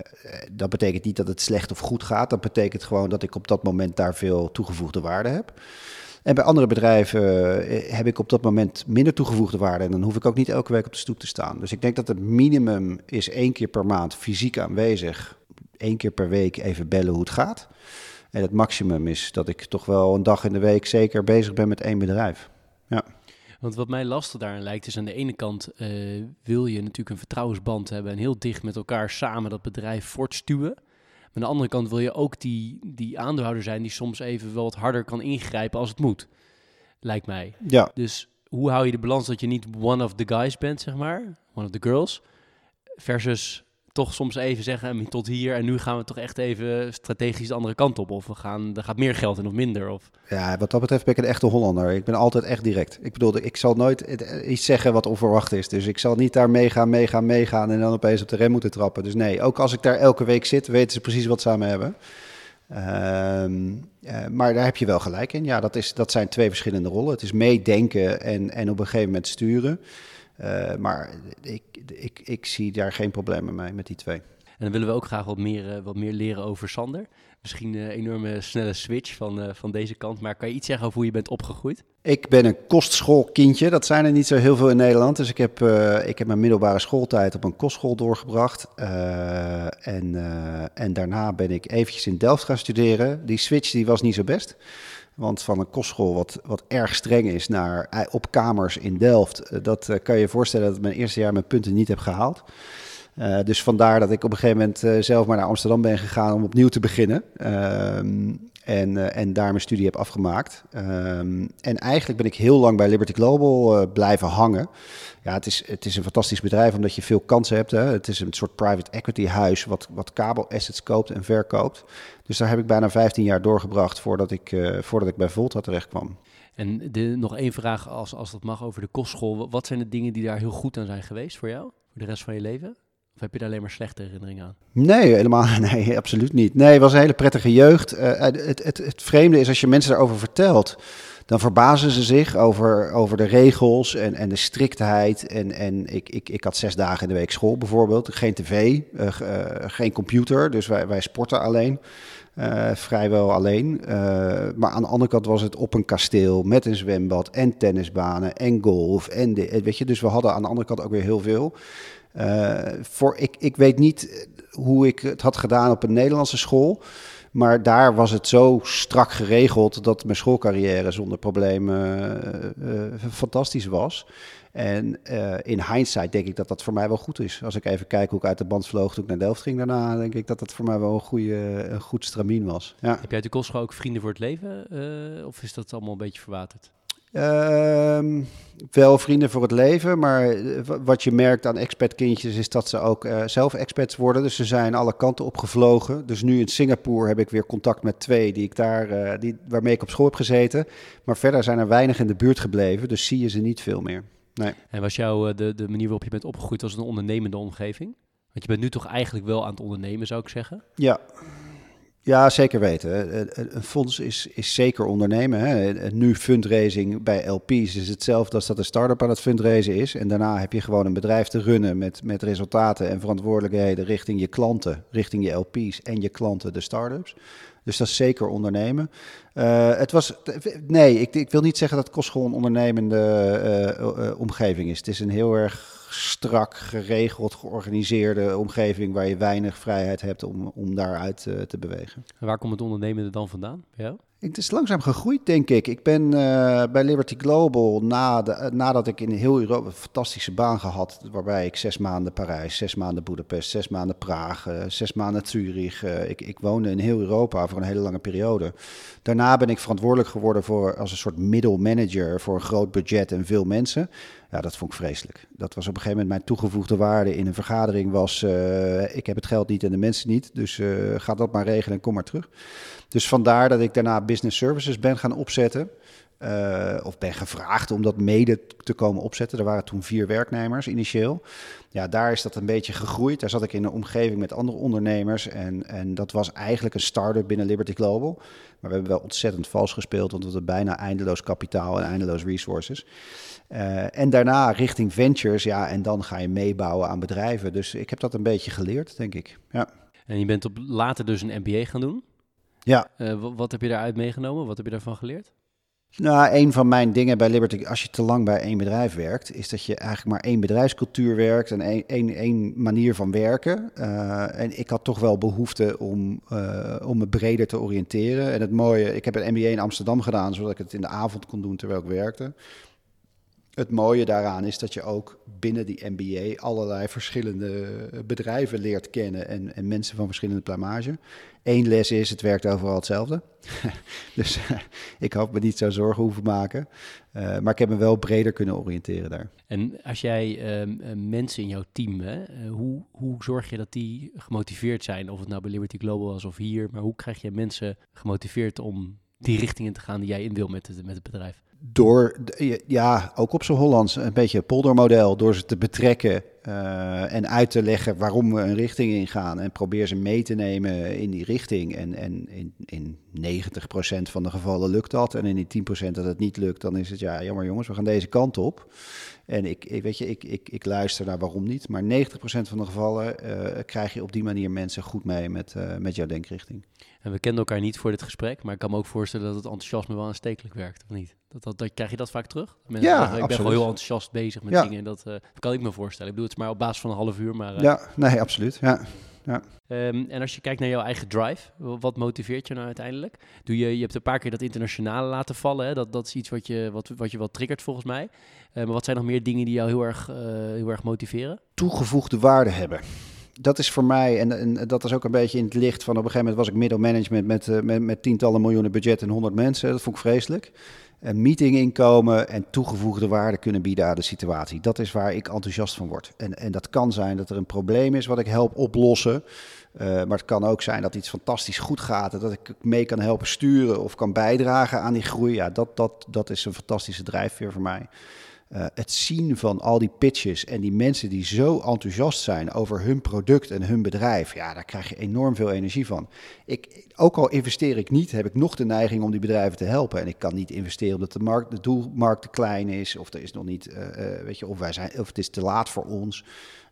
dat betekent niet dat het slecht of goed gaat. Dat betekent gewoon dat ik op dat moment daar veel toegevoegde waarde heb. En bij andere bedrijven uh, heb ik op dat moment minder toegevoegde waarde. En dan hoef ik ook niet elke week op de stoep te staan. Dus ik denk dat het minimum is één keer per maand fysiek aanwezig. Eén keer per week even bellen hoe het gaat. En het maximum is dat ik toch wel een dag in de week zeker bezig ben met één bedrijf. Ja. Want wat mij lastig daarin lijkt is aan de ene kant uh, wil je natuurlijk een vertrouwensband hebben en heel dicht met elkaar samen dat bedrijf voortstuwen. Maar aan de andere kant wil je ook die, die aandeelhouder zijn die soms even wel wat harder kan ingrijpen als het moet, lijkt mij. Ja. Dus hoe hou je de balans dat je niet one of the guys bent, zeg maar, one of the girls, versus toch soms even zeggen tot hier en nu gaan we toch echt even strategisch de andere kant op. Of we gaan, er gaat meer geld in of minder. Of... Ja, wat dat betreft ben ik een echte Hollander. Ik ben altijd echt direct. Ik bedoel, ik zal nooit iets zeggen wat onverwacht is. Dus ik zal niet daar meegaan, meegaan, meegaan en dan opeens op de rem moeten trappen. Dus nee, ook als ik daar elke week zit, weten ze precies wat ze aan me hebben. Uh, uh, maar daar heb je wel gelijk in. Ja, dat, is, dat zijn twee verschillende rollen. Het is meedenken en, en op een gegeven moment sturen. Uh, maar ik, ik, ik zie daar geen problemen mee met die twee. En dan willen we ook graag wat meer, uh, wat meer leren over Sander. Misschien een enorme snelle switch van, uh, van deze kant. Maar kan je iets zeggen over hoe je bent opgegroeid? Ik ben een kostschoolkindje. Dat zijn er niet zo heel veel in Nederland. Dus ik heb, uh, ik heb mijn middelbare schooltijd op een kostschool doorgebracht. Uh, en, uh, en daarna ben ik eventjes in Delft gaan studeren. Die switch die was niet zo best. Want van een kostschool wat, wat erg streng is naar op kamers in Delft, dat uh, kan je je voorstellen dat ik mijn eerste jaar mijn punten niet heb gehaald. Uh, dus vandaar dat ik op een gegeven moment uh, zelf maar naar Amsterdam ben gegaan om opnieuw te beginnen. Um, en, uh, en daar mijn studie heb afgemaakt. Um, en eigenlijk ben ik heel lang bij Liberty Global uh, blijven hangen. Ja, het is, het is een fantastisch bedrijf omdat je veel kansen hebt. Hè. Het is een soort private equity huis wat, wat kabelassets koopt en verkoopt. Dus daar heb ik bijna vijftien jaar doorgebracht voordat ik, uh, voordat ik bij Volta terecht kwam. En de, nog één vraag, als, als dat mag, over de kostschool. Wat zijn de dingen die daar heel goed aan zijn geweest voor jou? Voor de rest van je leven? Of heb je daar alleen maar slechte herinneringen aan? Nee, helemaal nee, absoluut niet. Nee, het was een hele prettige jeugd. Uh, het, het, het vreemde is, als je mensen daarover vertelt, dan verbazen ze zich over, over de regels en, en de striktheid. En, en ik, ik, ik had zes dagen in de week school bijvoorbeeld. Geen tv, uh, uh, geen computer, dus wij, wij sporten alleen. Uh, vrijwel alleen. Uh, maar aan de andere kant was het op een kasteel met een zwembad en tennisbanen en golf. En de, weet je, dus we hadden aan de andere kant ook weer heel veel. Uh, voor, ik, ik weet niet hoe ik het had gedaan op een Nederlandse school. Maar daar was het zo strak geregeld dat mijn schoolcarrière zonder problemen uh, uh, fantastisch was. En uh, in hindsight denk ik dat dat voor mij wel goed is. Als ik even kijk hoe ik uit de band vloog toen ik naar Delft ging daarna, denk ik dat dat voor mij wel een, goede, een goed stramien was. Ja. Heb jij uit de kostschool ook vrienden voor het leven? Uh, of is dat allemaal een beetje verwaterd? Uh, wel vrienden voor het leven, maar wat je merkt aan expatkindjes is dat ze ook uh, zelf expats worden. Dus ze zijn alle kanten opgevlogen. Dus nu in Singapore heb ik weer contact met twee die ik daar, uh, die, waarmee ik op school heb gezeten. Maar verder zijn er weinig in de buurt gebleven, dus zie je ze niet veel meer. Nee. En was jouw de, de manier waarop je bent opgegroeid als een ondernemende omgeving? Want je bent nu toch eigenlijk wel aan het ondernemen, zou ik zeggen? Ja. Ja, zeker weten. Een fonds is, is zeker ondernemen. Hè. Nu fundraising bij L P's is hetzelfde als dat een start-up aan het fundraisen is. En daarna heb je gewoon een bedrijf te runnen met, met resultaten en verantwoordelijkheden richting je klanten, richting je L P's en je klanten, de start-ups. Dus dat is zeker ondernemen. Uh, het was, nee, ik, ik wil niet zeggen dat kostschool een ondernemende uh, uh, omgeving is. Het is een heel erg strak, geregeld, georganiseerde omgeving waar je weinig vrijheid hebt om, om daaruit uh, te bewegen. En waar komt het ondernemen dan vandaan? Ja? Het is langzaam gegroeid, denk ik. Ik ben uh, bij Liberty Global, na de, nadat ik in heel Europa een fantastische baan gehad, waarbij ik zes maanden Parijs, zes maanden Boedapest, zes maanden Praag, uh, zes maanden Zurich. Uh, ik, ik woonde in heel Europa voor een hele lange periode. Daarna ben ik verantwoordelijk geworden voor als een soort middle manager voor een groot budget en veel mensen. Ja, dat vond ik vreselijk. Dat was op een gegeven moment mijn toegevoegde waarde in een vergadering was, uh, ik heb het geld niet en de mensen niet, dus uh, ga dat maar regelen en kom maar terug. Dus vandaar dat ik daarna business services ben gaan opzetten. Uh, of ben gevraagd om dat mede te komen opzetten. Er waren toen vier werknemers initieel. Ja, daar is dat een beetje gegroeid. Daar zat ik in een omgeving met andere ondernemers. En, en dat was eigenlijk een start-up binnen Liberty Global. Maar we hebben wel ontzettend vals gespeeld, want we hadden bijna eindeloos kapitaal en eindeloos resources. Uh, en daarna richting ventures, ja, en dan ga je meebouwen aan bedrijven. Dus ik heb dat een beetje geleerd, denk ik. Ja. En je bent op later dus een M B A gaan doen? Ja. Uh, wat, wat heb je daaruit meegenomen? Wat heb je daarvan geleerd? Nou, een van mijn dingen bij Liberty, als je te lang bij één bedrijf werkt, is dat je eigenlijk maar één bedrijfscultuur werkt en één, één, één manier van werken. Uh, en ik had toch wel behoefte om, uh, om me breder te oriënteren. En het mooie, ik heb een M B A in Amsterdam gedaan, zodat ik het in de avond kon doen terwijl ik werkte. Het mooie daaraan is dat je ook binnen die M B A allerlei verschillende bedrijven leert kennen en, en mensen van verschillende plumage. Eén les is, het werkt overal hetzelfde. Dus uh, ik had me niet zo zorgen hoeven maken. Uh, maar ik heb me wel breder kunnen oriënteren daar. En als jij uh, mensen in jouw team, hè, uh, hoe, hoe zorg je dat die gemotiveerd zijn? Of het nou bij Liberty Global was of hier. Maar hoe krijg je mensen gemotiveerd om die richting in te gaan die jij in wil met het, met het bedrijf? Door, ja, ook op zijn Hollands, een beetje een poldermodel. Door ze te betrekken uh, en uit te leggen waarom we een richting ingaan. En probeer ze mee te nemen in die richting. En, en in, in negentig procent van de gevallen lukt dat. En in die tien procent dat het niet lukt, dan is het, ja, jammer jongens, we gaan deze kant op. En ik, ik weet je, ik, ik, ik luister naar waarom niet. Maar negentig procent van de gevallen uh, krijg je op die manier mensen goed mee met, uh, met jouw denkrichting. En we kenden elkaar niet voor dit gesprek, maar ik kan me ook voorstellen dat het enthousiasme wel aanstekelijk werkt, of niet? Dat, dat, dat, krijg je dat vaak terug? Mensen ja, zeggen, ik absoluut. ben gewoon heel enthousiast bezig met ja. dingen. Dat, uh, dat kan ik me voorstellen. Ik bedoel, het is maar op basis van een half uur. Maar, uh, ja, nee, absoluut. Ja. Ja. Um, en als je kijkt naar jouw eigen drive, wat motiveert je nou uiteindelijk? Doe je, je hebt een paar keer dat internationale laten vallen. Hè? Dat, dat is iets wat je, wat, wat je wel triggert volgens mij. Uh, maar wat zijn nog meer dingen die jou heel erg, uh, heel erg motiveren? Toegevoegde waarde hebben. Dat is voor mij, en, en dat is ook een beetje in het licht van op een gegeven moment was ik middelmanagement met, uh, met, met tientallen miljoenen budget en honderd mensen. Dat vond ik vreselijk. Een meeting inkomen en toegevoegde waarde kunnen bieden aan de situatie. Dat is waar ik enthousiast van word. En, en dat kan zijn dat er een probleem is wat ik help oplossen. Uh, maar het kan ook zijn dat iets fantastisch goed gaat. En dat ik mee kan helpen sturen of kan bijdragen aan die groei. Ja, dat, dat, dat is een fantastische drijfveer voor mij. Uh, het zien van al die pitches en die mensen die zo enthousiast zijn over hun product en hun bedrijf, ja, daar krijg je enorm veel energie van. Ik, ook al investeer ik niet, heb ik nog de neiging om die bedrijven te helpen. En ik kan niet investeren omdat de, markt, de doelmarkt te klein is, of er is nog niet, uh, uh, weet je, of wij zijn, of het is te laat voor ons.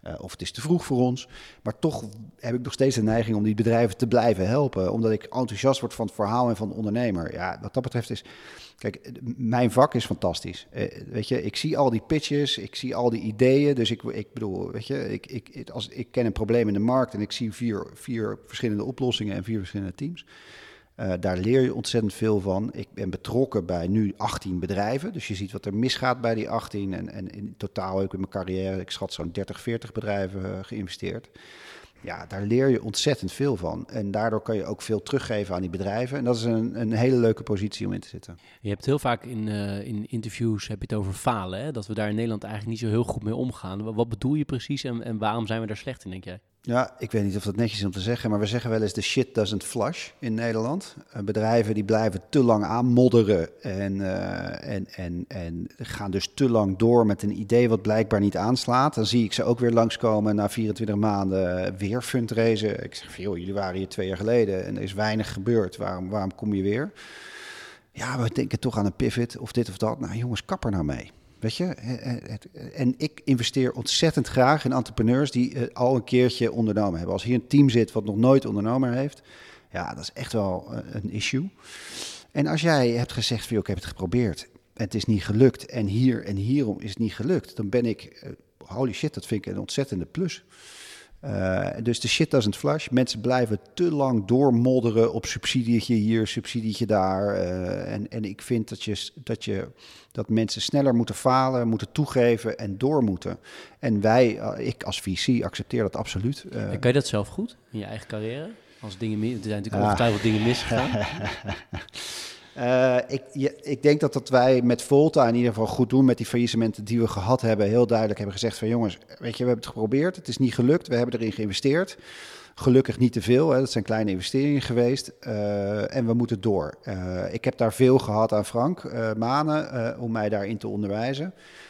Uh, of het is te vroeg voor ons. Maar toch heb ik nog steeds de neiging om die bedrijven te blijven helpen. Omdat ik enthousiast word van het verhaal en van de ondernemer. Ja, wat dat betreft is... Kijk, mijn vak is fantastisch. Uh, weet je, ik zie al die pitches, ik zie al die ideeën. Dus ik, ik bedoel, weet je, ik, ik, als, ik ken een probleem in de markt en ik zie vier, vier verschillende oplossingen en vier verschillende teams. Uh, daar leer je ontzettend veel van. Ik ben betrokken bij nu achttien bedrijven. Dus je ziet wat er misgaat bij die achttien. En, en in totaal heb ik in mijn carrière, ik schat zo'n dertig, veertig bedrijven uh, geïnvesteerd. Ja, daar leer je ontzettend veel van. En daardoor kan je ook veel teruggeven aan die bedrijven. En dat is een, een hele leuke positie om in te zitten. Je hebt heel vaak in, uh, in interviews heb je het over falen. Hè? Dat we daar in Nederland eigenlijk niet zo heel goed mee omgaan. Wat bedoel je precies en, en waarom zijn we daar slecht in, denk jij? Ja, ik weet niet of dat netjes is om te zeggen, maar we zeggen wel eens de shit doesn't flush in Nederland. Uh, bedrijven die blijven te lang aanmodderen en, uh, en, en, en gaan dus te lang door met een idee wat blijkbaar niet aanslaat. Dan zie ik ze ook weer langskomen na vierentwintig maanden weer fundraisen. Ik zeg van, joh, jullie waren hier twee jaar geleden en er is weinig gebeurd. Waarom, waarom kom je weer? Ja, we denken toch aan een pivot of dit of dat. Nou jongens, kap er nou mee. Weet je, en ik investeer ontzettend graag in entrepreneurs die al een keertje ondernomen hebben. Als hier een team zit wat nog nooit ondernomen heeft, ja, dat is echt wel een issue. En als jij hebt gezegd, van, ik heb het geprobeerd en het is niet gelukt en hier en hierom is het niet gelukt, dan ben ik, holy shit, dat vind ik een ontzettende plus. Uh, dus de shit doesn't flush. Mensen blijven te lang doormodderen op subsidietje hier, subsidietje daar. Uh, en, en ik vind dat, je, dat, je, dat mensen sneller moeten falen, moeten toegeven en door moeten. En wij, uh, ik als V C, accepteer dat absoluut. Uh, en kan je dat zelf goed in je eigen carrière? Als dingen mis, er zijn natuurlijk ongetwijfeld dingen misgegaan. Uh, ik, ja, ik denk dat, dat wij met Volta in ieder geval goed doen met die faillissementen die we gehad hebben. Heel duidelijk hebben gezegd van jongens, weet je, we hebben het geprobeerd. Het is niet gelukt. We hebben erin geïnvesteerd. Gelukkig niet te veel. Hè. Dat zijn kleine investeringen geweest. Uh, en we moeten door. Uh, ik heb daar veel gehad aan Frank uh, Manen uh, om mij daarin te onderwijzen.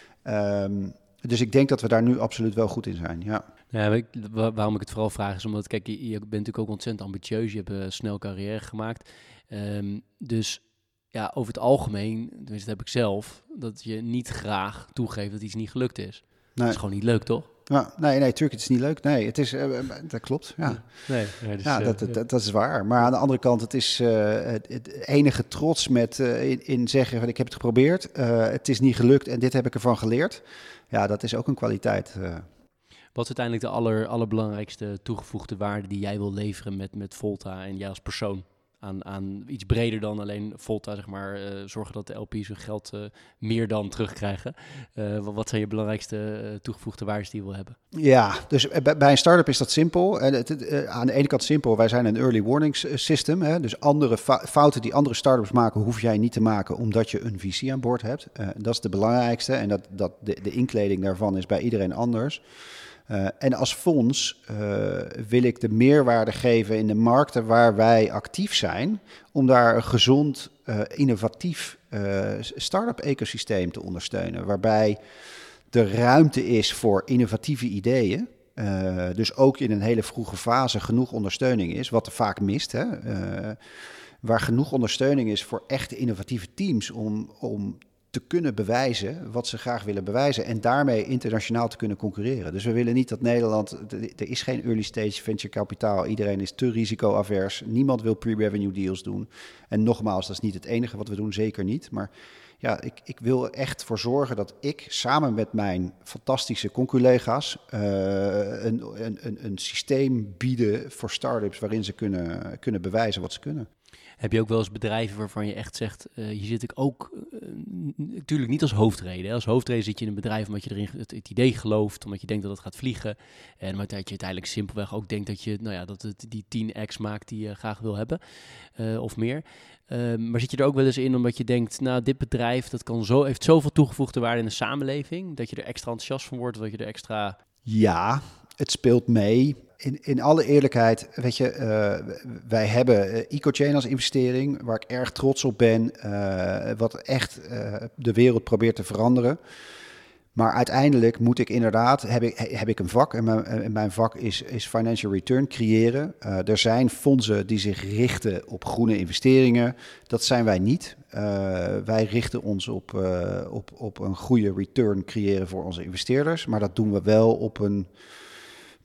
Um, dus ik denk dat we daar nu absoluut wel goed in zijn, ja. Ja, waarom ik het vooral vraag is omdat, kijk, je, je bent natuurlijk ook ontzettend ambitieus. Je hebt een snel carrière gemaakt. Um, dus... Ja, over het algemeen, tenminste dat heb ik zelf, dat je niet graag toegeeft dat iets niet gelukt is. Nee. Dat is gewoon niet leuk, toch? Ja, nee, nee, natuurlijk, het is niet leuk. Nee, het is, uh, dat klopt, ja. Nee, ja, dus, ja, dat, dat, dat, dat is waar. Maar aan de andere kant, het is uh, het, het enige trots met uh, in, in zeggen van ik heb het geprobeerd, uh, het is niet gelukt en dit heb ik ervan geleerd. Ja, dat is ook een kwaliteit. Uh. Wat is uiteindelijk de aller, allerbelangrijkste toegevoegde waarde die jij wil leveren met, met Volta en jij als persoon? Aan, aan iets breder dan alleen Volta, zeg maar, uh, zorgen dat de L P's hun geld uh, meer dan terugkrijgen. Uh, wat zijn je belangrijkste uh, toegevoegde waarden die je wil hebben? Ja, dus bij, bij een start-up is dat simpel. Uh, het, uh, aan de ene kant simpel, wij zijn een early warning system. Hè, dus andere fouten die andere start-ups maken, hoef jij niet te maken omdat je een V C aan boord hebt. Uh, dat is de belangrijkste en dat, dat de, de inkleding daarvan is bij iedereen anders. Uh, en als fonds uh, wil ik de meerwaarde geven in de markten waar wij actief zijn, om daar een gezond, uh, innovatief uh, start-up ecosysteem te ondersteunen, waarbij er ruimte is voor innovatieve ideeën. Uh, dus ook in een hele vroege fase genoeg ondersteuning is, wat er vaak mist. Hè? Uh, waar genoeg ondersteuning is voor echte innovatieve teams om... om te kunnen bewijzen wat ze graag willen bewijzen en daarmee internationaal te kunnen concurreren. Dus we willen niet dat Nederland, er is geen early stage venture kapitaal, iedereen is te risicoavers, niemand wil pre-revenue deals doen. En nogmaals, dat is niet het enige wat we doen, zeker niet. Maar ja, ik, ik wil er echt voor zorgen dat ik samen met mijn fantastische conculega's uh, een, een, een, een systeem bieden voor start-ups waarin ze kunnen, kunnen bewijzen wat ze kunnen. Heb je ook wel eens bedrijven waarvan je echt zegt, uh, hier zit ik ook, uh, natuurlijk niet als hoofdreden. Hè. Als hoofdreden zit je in een bedrijf omdat je erin het, het idee gelooft, omdat je denkt dat het gaat vliegen. En omdat je uiteindelijk simpelweg ook denkt dat je, nou ja, dat het die tien x maakt die je graag wil hebben, uh, of meer. Uh, maar zit je er ook wel eens in omdat je denkt, nou, dit bedrijf dat kan zo, heeft zoveel toegevoegde waarde in de samenleving, dat je er extra enthousiast van wordt, dat je er extra... Ja, het speelt mee. In, in alle eerlijkheid, weet je, uh, wij hebben uh, EcoChain als investering, waar ik erg trots op ben, uh, wat echt uh, de wereld probeert te veranderen. Maar uiteindelijk moet ik inderdaad, heb ik, heb ik een vak en mijn, en mijn vak is, is financial return creëren. Uh, er zijn fondsen die zich richten op groene investeringen. Dat zijn wij niet. Uh, wij richten ons op, uh, op, op een goede return creëren voor onze investeerders. Maar dat doen we wel op een...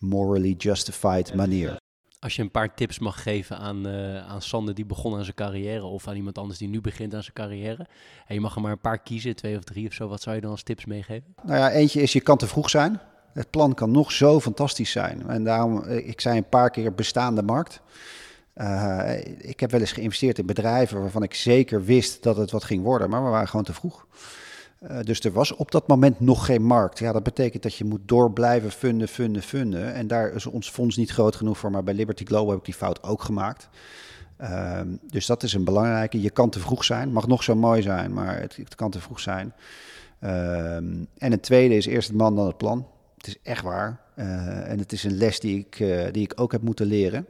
morally justified manier. Als je een paar tips mag geven aan, uh, aan Sander die begon aan zijn carrière of aan iemand anders die nu begint aan zijn carrière. En je mag er maar een paar kiezen, twee of drie of zo. Wat zou je dan als tips meegeven? Nou ja, eentje is je kan te vroeg zijn. Het plan kan nog zo fantastisch zijn. En daarom, ik zei een paar keer bestaande markt. Uh, ik heb wel eens geïnvesteerd in bedrijven waarvan ik zeker wist dat het wat ging worden, maar we waren gewoon te vroeg. Uh, dus er was op dat moment nog geen markt. Ja, dat betekent dat je moet door blijven funden, funden, funden. En daar is ons fonds niet groot genoeg voor, maar bij Liberty Global heb ik die fout ook gemaakt. Uh, dus dat is een belangrijke. Je kan te vroeg zijn, mag nog zo mooi zijn, maar het, het kan te vroeg zijn. Uh, en een tweede is eerst het man dan het plan. Het is echt waar. Uh, en het is een les die ik, uh, die ik ook heb moeten leren.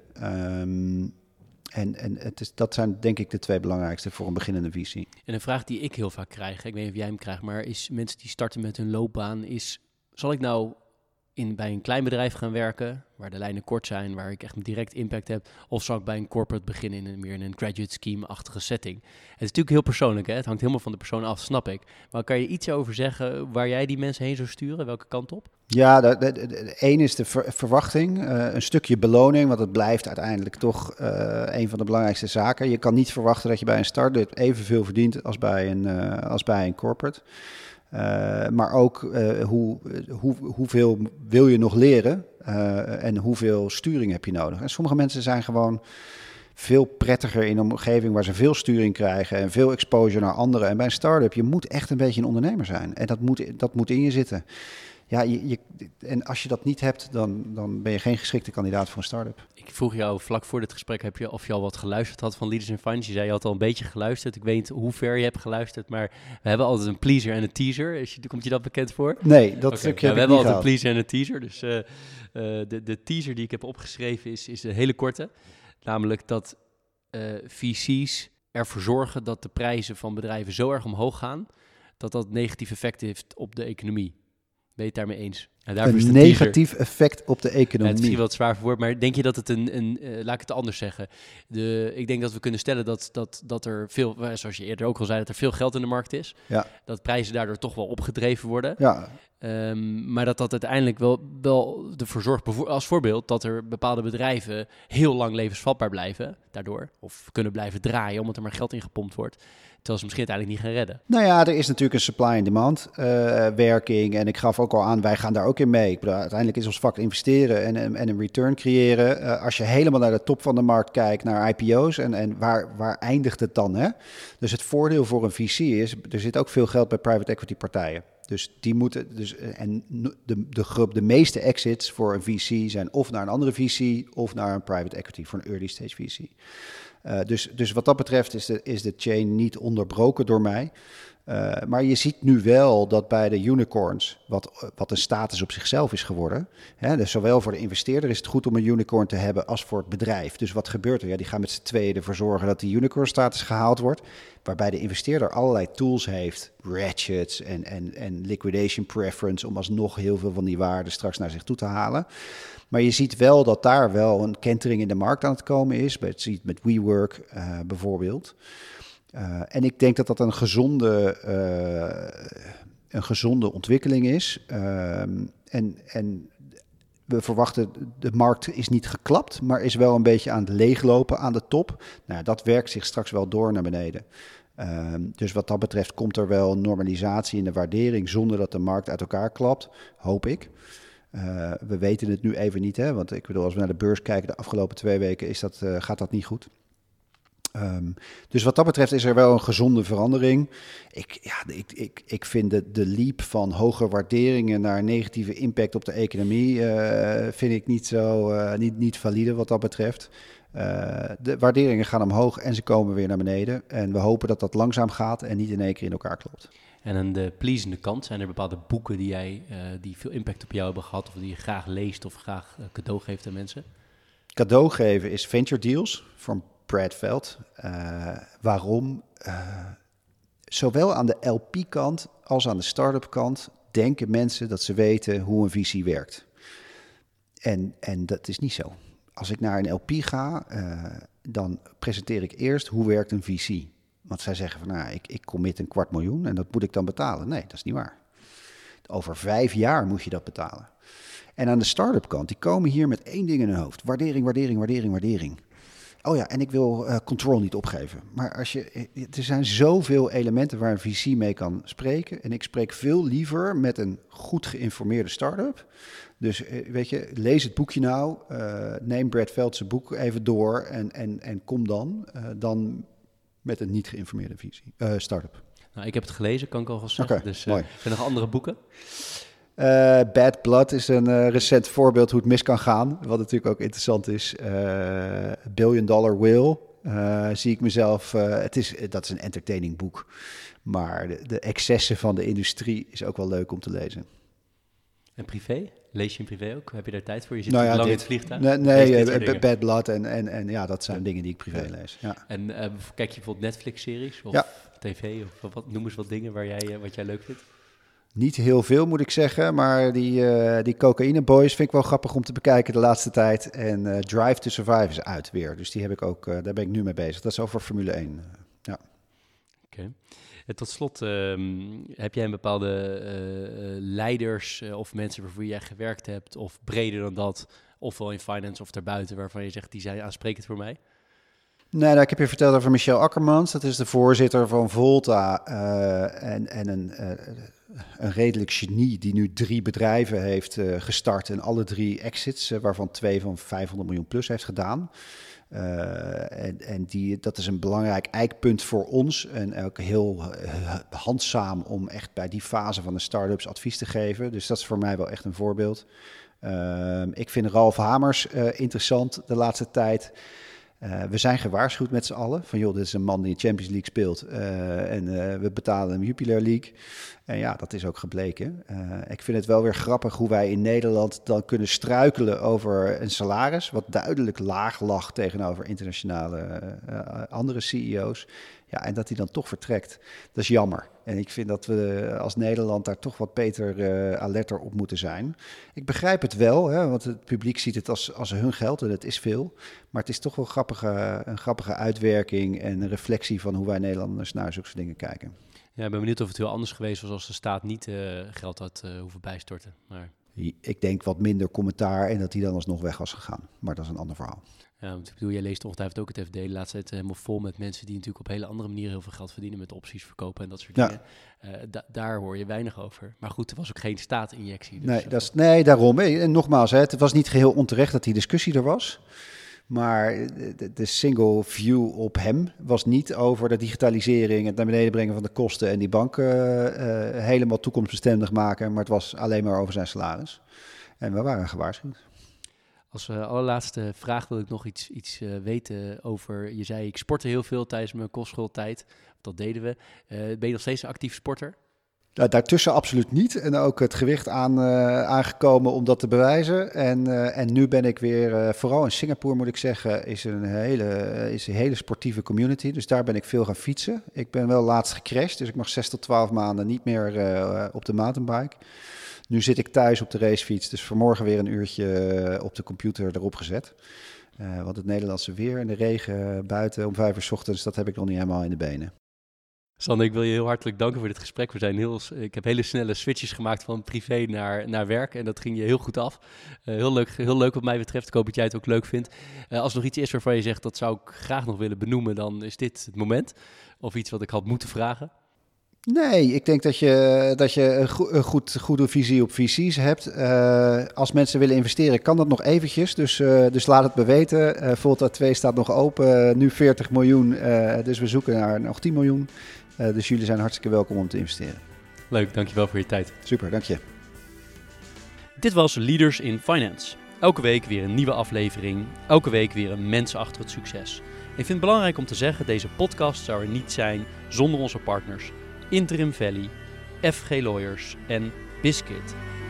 Um, en en het is, dat zijn denk ik de twee belangrijkste voor een beginnende visie. En een vraag die ik heel vaak krijg, ik weet niet of jij hem krijgt, maar is mensen die starten met hun loopbaan, is, zal ik nou in, bij een klein bedrijf gaan werken, waar de lijnen kort zijn, waar ik echt een direct impact heb, of zal ik bij een corporate beginnen in een, meer in een graduate scheme-achtige setting? Het is natuurlijk heel persoonlijk, hè? Het hangt helemaal van de persoon af, snap ik. Maar kan je iets over zeggen waar jij die mensen heen zou sturen? Welke kant op? Ja, de, de, de, de een is de ver, verwachting, uh, een stukje beloning, want het blijft uiteindelijk toch uh, een van de belangrijkste zaken. Je kan niet verwachten dat je bij een start-up evenveel verdient als bij een, uh, als bij een corporate. Uh, maar ook uh, hoe, hoe, hoeveel wil je nog leren uh, en hoeveel sturing heb je nodig. En sommige mensen zijn gewoon veel prettiger in een omgeving waar ze veel sturing krijgen en veel exposure naar anderen. En bij een start-up, je moet echt een beetje een ondernemer zijn. En dat moet, dat moet in je zitten. Ja, je, je, en als je dat niet hebt, dan, dan ben je geen geschikte kandidaat voor een start-up. Ik vroeg jou vlak voor dit gesprek heb je, of je al wat geluisterd had van Leaders in Finance. Je zei je had al een beetje geluisterd. Ik weet niet hoe ver je hebt geluisterd, maar we hebben altijd een pleaser en een teaser. Is je, komt je dat bekend voor? Nee, dat okay. stukje ja, heb we ik hebben niet altijd gehaald. een pleaser en een teaser. Dus uh, uh, de, de teaser die ik heb opgeschreven is, is een hele korte. Namelijk dat uh, V C's ervoor zorgen dat de prijzen van bedrijven zo erg omhoog gaan, dat dat negatief effect heeft op de economie. Ben je het daarmee eens? Ja, een negatief teaser. effect op de economie. Ja, het is misschien wel het zwaar verwoord, maar denk je dat het een... een uh, laat ik het anders zeggen. De, ik denk dat we kunnen stellen dat, dat, dat er veel... Zoals je eerder ook al zei, dat er veel geld in de markt is. Ja. Dat prijzen daardoor toch wel opgedreven worden. Ja. Um, maar dat dat uiteindelijk wel, wel ervoor zorgt... Als voorbeeld dat er bepaalde bedrijven heel lang levensvatbaar blijven daardoor. Of kunnen blijven draaien omdat er maar geld in gepompt wordt. Terwijl ze misschien uiteindelijk niet gaan redden. Nou ja, er is natuurlijk een supply and demand uh, werking. En ik gaf ook al aan, wij gaan daar ook in mee. Ik bedoel, uiteindelijk is ons vak investeren en, en, en een return creëren. Uh, als je helemaal naar de top van de markt kijkt, naar I P O's. En, en waar, waar eindigt het dan? Hè? Dus het voordeel voor een V C is, er zit ook veel geld bij private equity partijen. Dus die moeten, dus, en de, de, groep, de meeste exits voor een V C zijn of naar een andere V C of naar een private equity voor een early stage V C. Uh, dus, dus wat dat betreft is de, is de chain niet onderbroken door mij. Uh, maar je ziet nu wel dat bij de unicorns, wat, wat een status op zichzelf is geworden. Hè, dus zowel voor de investeerder is het goed om een unicorn te hebben als voor het bedrijf. Dus wat gebeurt er? Ja, die gaan met z'n tweeën ervoor zorgen dat die unicorn status gehaald wordt. Waarbij de investeerder allerlei tools heeft, ratchets en, en, en liquidation preference, om alsnog heel veel van die waarden straks naar zich toe te halen. Maar je ziet wel dat daar wel een kentering in de markt aan het komen is. Je ziet met WeWork uh, bijvoorbeeld. Uh, en ik denk dat dat een gezonde, uh, een gezonde ontwikkeling is. Uh, en, en we verwachten, de markt is niet geklapt, maar is wel een beetje aan het leeglopen aan de top. Nou, dat werkt zich straks wel door naar beneden. Uh, dus wat dat betreft komt er wel een normalisatie in de waardering zonder dat de markt uit elkaar klapt, hoop ik. Uh, we weten het nu even niet, hè? Want ik bedoel, als we naar de beurs kijken de afgelopen twee weken, is dat, uh, gaat dat niet goed. Um, dus wat dat betreft is er wel een gezonde verandering. Ik, ja, ik, ik, ik vind de, de leap van hoge waarderingen naar negatieve impact op de economie uh, vind ik niet zo uh, niet, niet valide wat dat betreft. Uh, de waarderingen gaan omhoog en ze komen weer naar beneden. En we hopen dat dat langzaam gaat en niet in één keer in elkaar klopt. En aan de pleasende kant, zijn er bepaalde boeken die jij uh, die veel impact op jou hebben gehad, of die je graag leest of graag uh, cadeau geeft aan mensen? Cadeau geven is Venture Deals van Brad Feld. Uh, waarom? Uh, zowel aan de L P-kant als aan de start-up kant denken mensen dat ze weten hoe een V C werkt. En, en dat is niet zo. Als ik naar een L P ga, uh, dan presenteer ik eerst hoe werkt een V C. Want zij zeggen van, nou, ik, ik commit een kwart miljoen en dat moet ik dan betalen. Nee, dat is niet waar. Over vijf jaar moet je dat betalen. En aan de start-up kant, die komen hier met één ding in hun hoofd. Waardering, waardering, waardering, waardering. Oh ja, en ik wil uh, control niet opgeven. Maar als je, er zijn zoveel elementen waar een V C mee kan spreken. En ik spreek veel liever met een goed geïnformeerde start-up. Dus weet je, lees het boekje nou. Uh, neem Brad Veld's boek even door en, en, en kom dan. Uh, dan met een niet geïnformeerde V C, uh, start-up. Nou, ik heb het gelezen, kan ik al wel zeggen. Okay, dus uh, zijn er nog andere boeken? Uh, Bad Blood is een uh, recent voorbeeld hoe het mis kan gaan. Wat natuurlijk ook interessant is. Uh, Billion Dollar Whale uh, zie ik mezelf... Uh, het is, dat is een entertaining boek. Maar de, de excessen van de industrie is ook wel leuk om te lezen. En privé? Lees je in privé ook? Heb je daar tijd voor? Je zit nou ja, lang dit, in het vliegtuig. Nee, nee uh, Bad Blood en, en, en ja, dat zijn ja. dingen die ik privé ja. lees. Ja. En uh, kijk je bijvoorbeeld Netflix-series of ja. tv? Of wat, noem eens wat dingen waar jij, uh, wat jij leuk vindt. Niet heel veel, moet ik zeggen. Maar die, uh, die Cocaine Boys vind ik wel grappig om te bekijken de laatste tijd. En uh, Drive to Survive is uit weer. Dus die heb ik ook, uh, daar ben ik nu mee bezig. Dat is over Formule één. Uh, ja. Oké. Okay. En tot slot, um, heb jij een bepaalde uh, leiders uh, of mensen waarvoor jij gewerkt hebt, of breder dan dat, ofwel in finance of daarbuiten, waarvan je zegt, die zijn aansprekend voor mij? Nee, nou, ik heb je verteld over Michel Akkermans. Dat is de voorzitter van Volta uh, en, en een, uh, een redelijk genie die nu drie bedrijven heeft uh, gestart en alle drie exits, uh, waarvan twee van vijfhonderd miljoen plus heeft gedaan. Uh, en en die, dat is een belangrijk eikpunt voor ons en ook heel uh, handzaam om echt bij die fase van de start-ups advies te geven. Dus dat is voor mij wel echt een voorbeeld. Uh, ik vind Ralf Hamers uh, interessant de laatste tijd. Uh, we zijn gewaarschuwd met z'n allen van joh, dit is een man die Champions League speelt uh, en uh, we betalen hem Jupiler League. En ja, dat is ook gebleken. Uh, ik vind het wel weer grappig hoe wij in Nederland dan kunnen struikelen over een salaris wat duidelijk laag lag tegenover internationale uh, andere C E O's. Ja, en dat hij dan toch vertrekt. Dat is jammer. En ik vind dat we als Nederland daar toch wat beter uh, alerter op moeten zijn. Ik begrijp het wel, hè, want het publiek ziet het als, als hun geld en dat is veel. Maar het is toch wel grappige, een grappige uitwerking en een reflectie van hoe wij Nederlanders naar zulke dingen kijken. Ja, ik ben benieuwd of het heel anders geweest was als de staat niet uh, geld had uh, hoeven bijstorten. Maar... Ik denk wat minder commentaar en dat hij dan alsnog weg was gegaan. Maar dat is een ander verhaal. Ja, want ik bedoel, jij leest ongetwijfeld ook het F D. De laatste tijd helemaal vol met mensen die natuurlijk op hele andere manieren heel veel geld verdienen met opties verkopen en dat soort ja. dingen. Uh, da- daar hoor je weinig over. Maar goed, er was ook geen staatinjectie. Dus nee, dat is, nee, daarom. En nogmaals, hè, het was niet geheel onterecht dat die discussie er was. Maar de, de single view op hem was niet over de digitalisering, het naar beneden brengen van de kosten en die banken uh, helemaal toekomstbestendig maken. Maar het was alleen maar over zijn salaris. En we waren gewaarschuwd. Als uh, allerlaatste vraag wil ik nog iets, iets uh, weten over... Je zei, ik sportte heel veel tijdens mijn kostschooltijd. Dat deden we. Uh, ben je nog steeds een actief sporter? Nou, daartussen absoluut niet. En ook het gewicht aan, uh, aangekomen om dat te bewijzen. En, uh, en nu ben ik weer, uh, vooral in Singapore moet ik zeggen, is een, hele, uh, is een hele sportieve community. Dus daar ben ik veel gaan fietsen. Ik ben wel laatst gecrashed, dus ik mag zes tot twaalf maanden niet meer uh, op de mountainbike. Nu zit ik thuis op de racefiets, dus vanmorgen weer een uurtje op de computer erop gezet. Uh, want het Nederlandse weer en de regen buiten om vijf uur 's ochtends, dat heb ik nog niet helemaal in de benen. Sander, ik wil je heel hartelijk danken voor dit gesprek. We zijn heel, ik heb hele snelle switches gemaakt van privé naar, naar werk en dat ging je heel goed af. Uh, heel, leuk, heel leuk wat mij betreft. Ik hoop dat jij het ook leuk vindt. Uh, als er nog iets is waarvan je zegt, dat zou ik graag nog willen benoemen, dan is dit het moment. Of iets wat ik had moeten vragen. Nee, ik denk dat je, dat je een, go- een goed, goede visie op V C's hebt. Uh, als mensen willen investeren, kan dat nog eventjes. Dus, uh, dus laat het me weten. Uh, Volta twee staat nog open, uh, nu veertig miljoen. Uh, dus we zoeken naar nog tien miljoen. Uh, dus jullie zijn hartstikke welkom om te investeren. Leuk, dankjewel voor je tijd. Super, dank je. Dit was Leaders in Finance. Elke week weer een nieuwe aflevering. Elke week weer een mens achter het succes. Ik vind het belangrijk om te zeggen, deze podcast zou er niet zijn zonder onze partners. Interim Valley, F G Lawyers en Biscuit.